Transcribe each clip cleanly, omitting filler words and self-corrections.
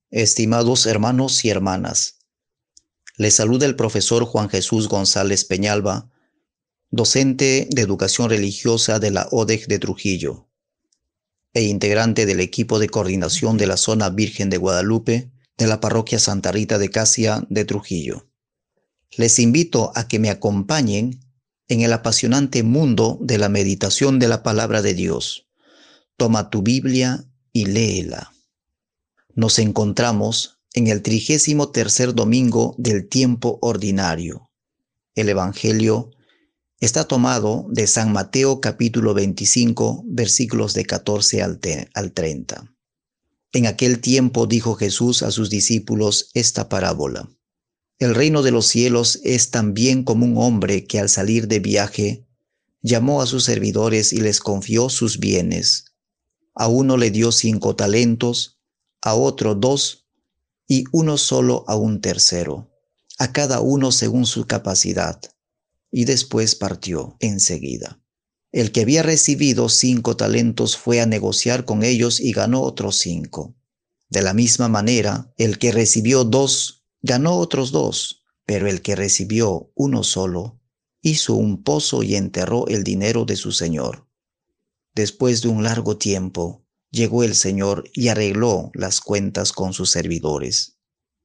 Estimados hermanos y hermanas, les saluda el profesor Juan Jesús González Peñalba, docente de educación religiosa de la ODEG de Trujillo e integrante del equipo de coordinación de la zona Virgen de Guadalupe de la parroquia Santa Rita de Casia de Trujillo. Les invito a que me acompañen en el apasionante mundo de la meditación de la palabra de Dios. Toma tu Biblia y léela. Nos encontramos en el 33º domingo del tiempo ordinario. El Evangelio está tomado de San Mateo capítulo 25, versículos de 14 al 30. En aquel tiempo dijo Jesús a sus discípulos esta parábola. El reino de los cielos es también como un hombre que al salir de viaje llamó a sus servidores y les confió sus bienes. A uno le dio 5 talentos, a otro 2 y uno solo a un tercero, a cada uno según su capacidad, y después partió enseguida. El que había recibido 5 talentos fue a negociar con ellos y ganó otros 5. De la misma manera, el que recibió 2 ganó otros 2, pero el que recibió uno solo hizo un pozo y enterró el dinero de su señor. Después de un largo tiempo, llegó el Señor y arregló las cuentas con sus servidores.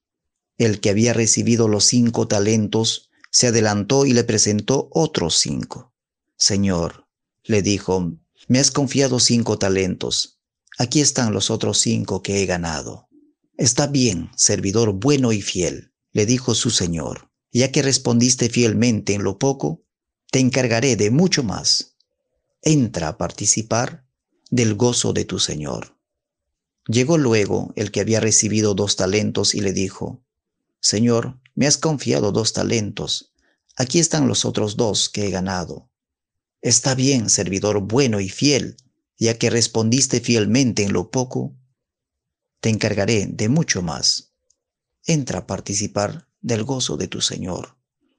El que había recibido los 5 talentos se adelantó y le presentó otros 5. Señor, le dijo, me has confiado 5 talentos. Aquí están los otros 5 que he ganado. Está bien, servidor bueno y fiel, le dijo su señor. Ya que respondiste fielmente en lo poco, te encargaré de mucho más. Entra a participar del gozo de tu señor. Llegó luego el que había recibido 2 talentos y le dijo, Señor, me has confiado 2 talentos. Aquí están los otros 2 que he ganado. Está bien, servidor bueno y fiel, ya que respondiste fielmente en lo poco, te encargaré de mucho más. Entra a participar del gozo de tu señor.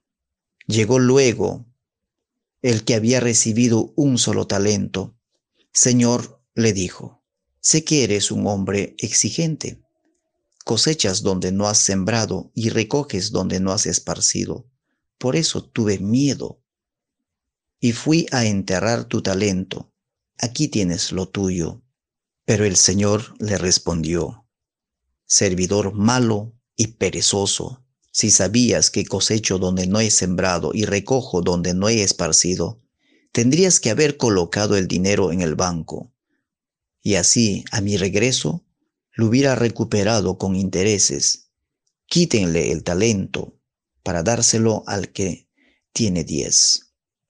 Llegó luego el que había recibido un solo talento. Señor, le dijo, sé que eres un hombre exigente. Cosechas donde no has sembrado y recoges donde no has esparcido. Por eso tuve miedo y fui a enterrar tu talento. Aquí tienes lo tuyo. Pero el Señor le respondió, servidor malo y perezoso, si sabías que cosecho donde no he sembrado y recojo donde no he esparcido, tendrías que haber colocado el dinero en el banco, y así, a mi regreso, lo hubiera recuperado con intereses. Quítenle el talento para dárselo al que tiene 10.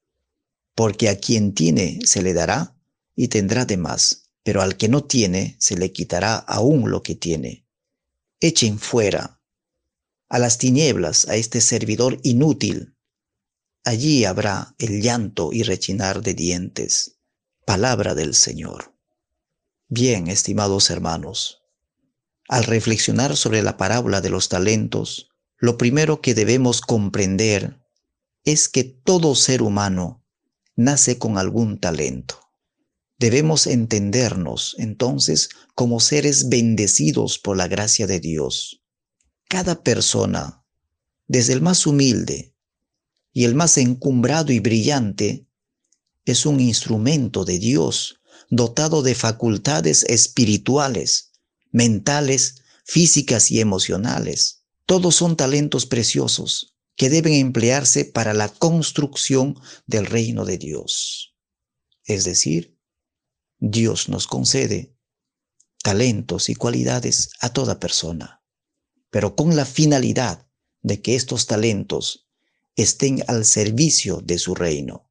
Porque a quien tiene se le dará y tendrá de más, pero al que no tiene se le quitará aún lo que tiene. Echen fuera a las tinieblas a este servidor inútil. Allí habrá el llanto y rechinar de dientes. Palabra del Señor. Bien, estimados hermanos, al reflexionar sobre la parábola de los talentos, lo primero que debemos comprender es que todo ser humano nace con algún talento. Debemos entendernos, entonces, como seres bendecidos por la gracia de Dios. Cada persona, desde el más humilde y el más encumbrado y brillante, es un instrumento de Dios, dotado de facultades espirituales, mentales, físicas y emocionales. Todos son talentos preciosos que deben emplearse para la construcción del reino de Dios. Es decir, Dios nos concede talentos y cualidades a toda persona, pero con la finalidad de que estos talentos estén al servicio de su reino.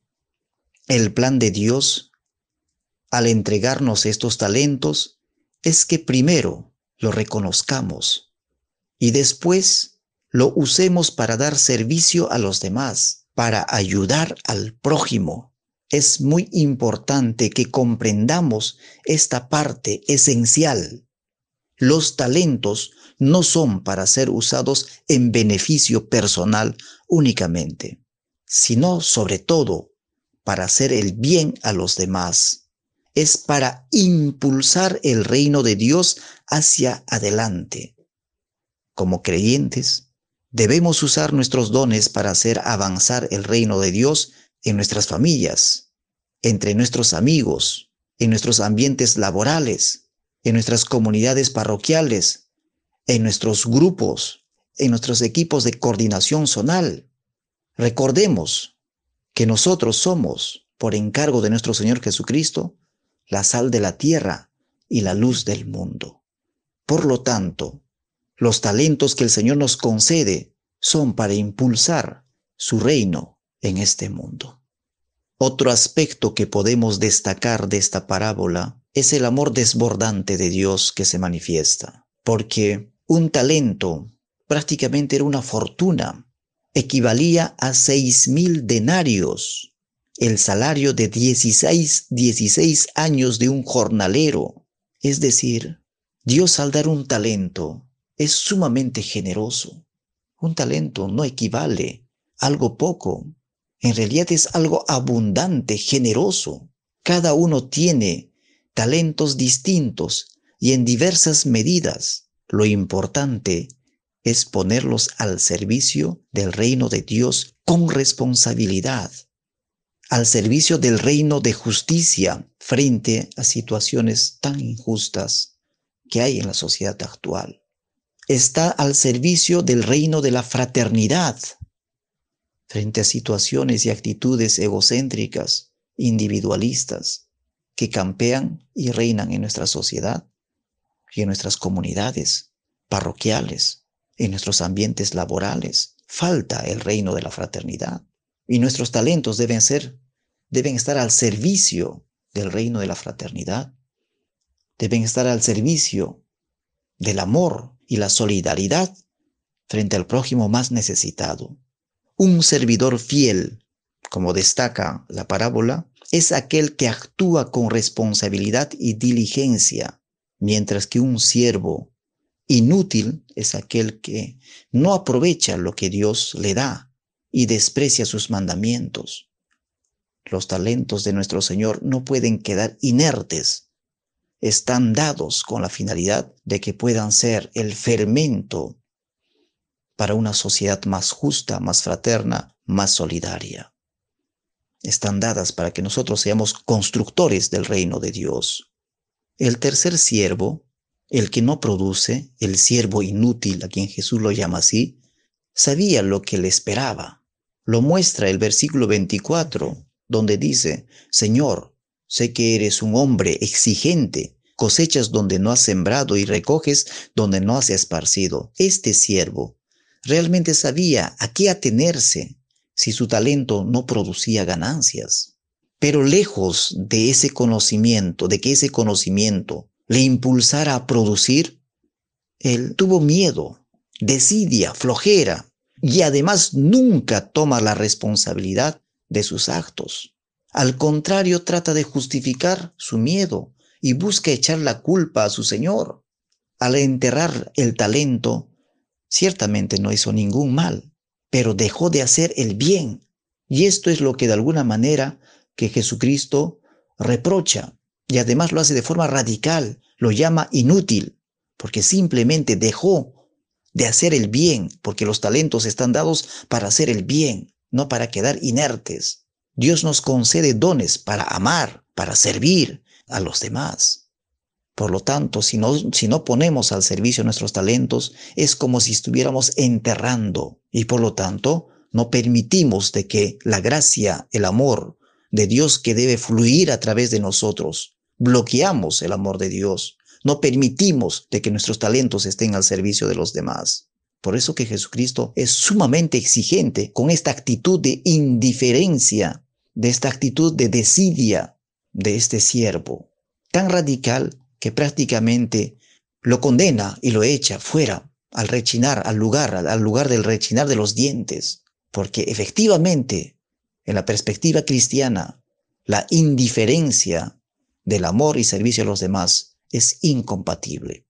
El plan de Dios, al entregarnos estos talentos, es que primero lo reconozcamos y después lo usemos para dar servicio a los demás, para ayudar al prójimo. Es muy importante que comprendamos esta parte esencial. Los talentos no son para ser usados en beneficio personal únicamente, sino sobre todo para hacer el bien a los demás. es para impulsar el reino de Dios hacia adelante. Como creyentes, debemos usar nuestros dones para hacer avanzar el reino de Dios en nuestras familias, entre nuestros amigos, en nuestros ambientes laborales, en nuestras comunidades parroquiales, en nuestros grupos, en nuestros equipos de coordinación zonal. Recordemos que nosotros somos, por encargo de nuestro Señor Jesucristo, la sal de la tierra y la luz del mundo. Por lo tanto, los talentos que el Señor nos concede son para impulsar su reino en este mundo. Otro aspecto que podemos destacar de esta parábola es el amor desbordante de Dios que se manifiesta, porque un talento prácticamente era una fortuna, equivalía a 6,000 denarios, el salario de 16 años de un jornalero. Es decir, Dios al dar un talento es sumamente generoso. Un talento no equivale a algo poco. En realidad es algo abundante, generoso. Cada uno tiene talentos distintos y en diversas medidas. Lo importante es ponerlos al servicio del reino de Dios con responsabilidad, al servicio del reino de justicia frente a situaciones tan injustas que hay en la sociedad actual. Está al servicio del reino de la fraternidad frente a situaciones y actitudes egocéntricas, individualistas, que campean y reinan en nuestra sociedad y en nuestras comunidades parroquiales, en nuestros ambientes laborales. Falta el reino de la fraternidad y nuestros talentos deben estar al servicio del reino de la fraternidad. Deben estar al servicio del amor y la solidaridad frente al prójimo más necesitado. Un servidor fiel, como destaca la parábola, es aquel que actúa con responsabilidad y diligencia, mientras que un siervo inútil es aquel que no aprovecha lo que Dios le da y desprecia sus mandamientos. Los talentos de nuestro Señor no pueden quedar inertes. Están dados con la finalidad de que puedan ser el fermento para una sociedad más justa, más fraterna, más solidaria. Están dadas para que nosotros seamos constructores del reino de Dios. El tercer siervo, el que no produce, el siervo inútil, a quien Jesús lo llama así, sabía lo que le esperaba. Lo muestra el versículo 24, donde dice: Señor, sé que eres un hombre exigente, cosechas donde no has sembrado y recoges donde no has esparcido. Este siervo realmente sabía a qué atenerse si su talento no producía ganancias. Pero lejos de ese conocimiento, de que ese conocimiento le impulsara a producir, él tuvo miedo, desidia, flojera y además nunca toma la responsabilidad de sus actos. Al contrario, trata de justificar su miedo y busca echar la culpa a su Señor. Al enterrar el talento, ciertamente no hizo ningún mal, pero dejó de hacer el bien. Y esto es lo que de alguna manera que Jesucristo reprocha, y además lo hace de forma radical, lo llama inútil, porque simplemente dejó de hacer el bien, porque los talentos están dados para hacer el bien, no para quedar inertes. Dios nos concede dones para amar, para servir a los demás. Por lo tanto, si no ponemos al servicio nuestros talentos, es como si estuviéramos enterrando, y por lo tanto no permitimos de que la gracia, el amor de Dios que debe fluir a través de nosotros, bloqueamos el amor de Dios, no permitimos de que nuestros talentos estén al servicio de los demás. Por eso que Jesucristo es sumamente exigente con esta actitud de indiferencia, de esta actitud de desidia de este siervo, tan radical que prácticamente lo condena y lo echa fuera al rechinar, al lugar del rechinar de los dientes, porque efectivamente, en la perspectiva cristiana, la indiferencia del amor y servicio a los demás es incompatible.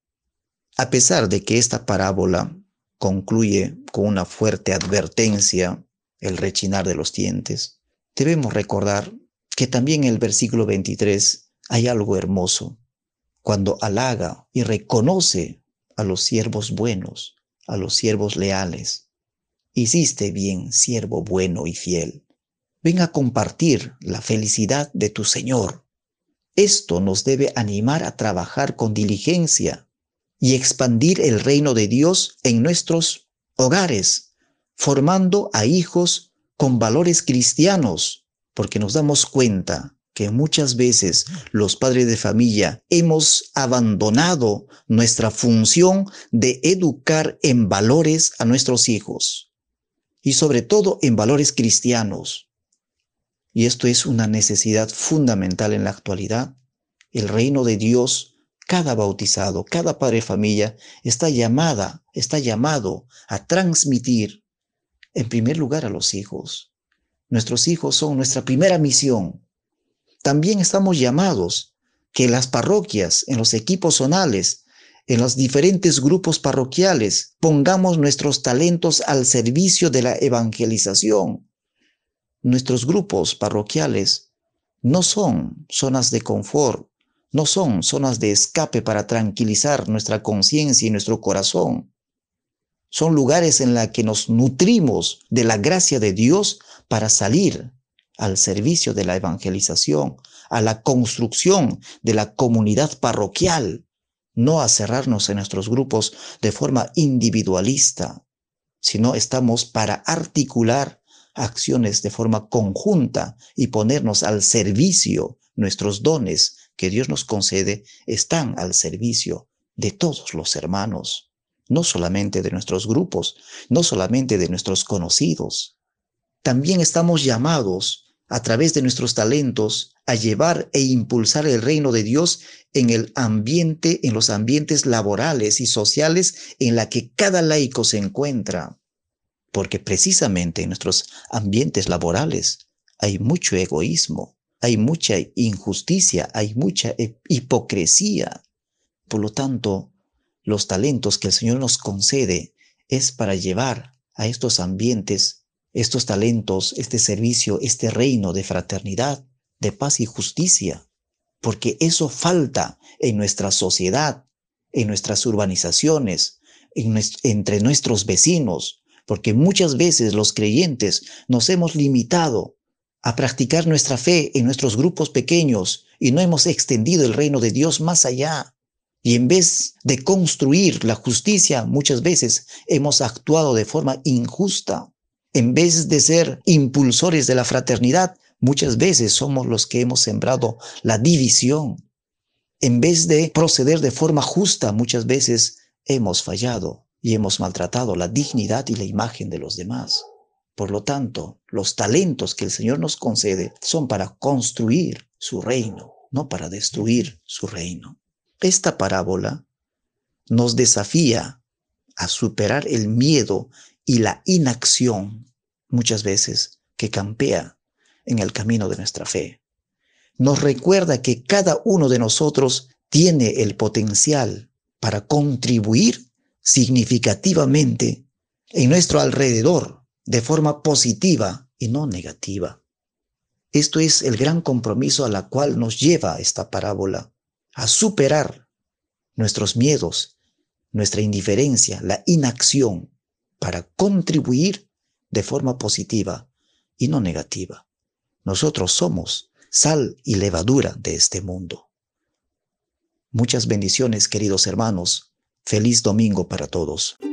A pesar de que esta parábola concluye con una fuerte advertencia, el rechinar de los dientes, debemos recordar que también el versículo 23 Hay algo hermoso cuando halaga y reconoce a los siervos buenos, a los siervos leales. Hiciste bien, siervo bueno y fiel. Ven a compartir la felicidad de tu Señor. Esto nos debe animar a trabajar con diligencia y expandir el reino de Dios en nuestros hogares, formando a hijos con valores cristianos, porque nos damos cuenta que muchas veces los padres de familia hemos abandonado nuestra función de educar en valores a nuestros hijos y sobre todo en valores cristianos. Y esto es una necesidad fundamental en la actualidad. El reino de Dios, cada bautizado, cada padre de familia está llamado a transmitir en primer lugar a los hijos. Nuestros hijos son nuestra primera misión. También estamos llamados que en las parroquias, en los equipos zonales, en los diferentes grupos parroquiales, pongamos nuestros talentos al servicio de la evangelización. Nuestros grupos parroquiales no son zonas de confort, no son zonas de escape para tranquilizar nuestra conciencia y nuestro corazón. Son lugares en los que nos nutrimos de la gracia de Dios para salir al servicio de la evangelización, a la construcción de la comunidad parroquial, no a cerrarnos en nuestros grupos de forma individualista, sino estamos para articular acciones de forma conjunta y ponernos al servicio. Nuestros dones que Dios nos concede están al servicio de todos los hermanos, no solamente de nuestros grupos, no solamente de nuestros conocidos. También estamos llamados a través de nuestros talentos a llevar e impulsar el reino de Dios en el ambiente, en los ambientes laborales y sociales en la que cada laico se encuentra. Porque precisamente en nuestros ambientes laborales hay mucho egoísmo, hay mucha injusticia, hay mucha hipocresía. Por lo tanto, los talentos que el Señor nos concede es para llevar a estos ambientes, estos talentos, este servicio, este reino de fraternidad, de paz y justicia. Porque eso falta en nuestra sociedad, en nuestras urbanizaciones, entre nuestros vecinos. Porque muchas veces los creyentes nos hemos limitado a practicar nuestra fe en nuestros grupos pequeños y no hemos extendido el reino de Dios más allá. Y en vez de construir la justicia, muchas veces hemos actuado de forma injusta. En vez de ser impulsores de la fraternidad, muchas veces somos los que hemos sembrado la división. En vez de proceder de forma justa, muchas veces hemos fallado y hemos maltratado la dignidad y la imagen de los demás. Por lo tanto, los talentos que el Señor nos concede son para construir su reino, no para destruir su reino. Esta parábola nos desafía a superar el miedo y la inacción, muchas veces, que campea en el camino de nuestra fe. Nos recuerda que cada uno de nosotros tiene el potencial para contribuir significativamente en nuestro alrededor de forma positiva y no negativa. Esto es el gran compromiso a la cual nos lleva esta parábola, a superar nuestros miedos, nuestra indiferencia, la inacción, para contribuir de forma positiva y no negativa. Nosotros somos sal y levadura de este mundo. Muchas bendiciones, queridos hermanos. Feliz domingo para todos.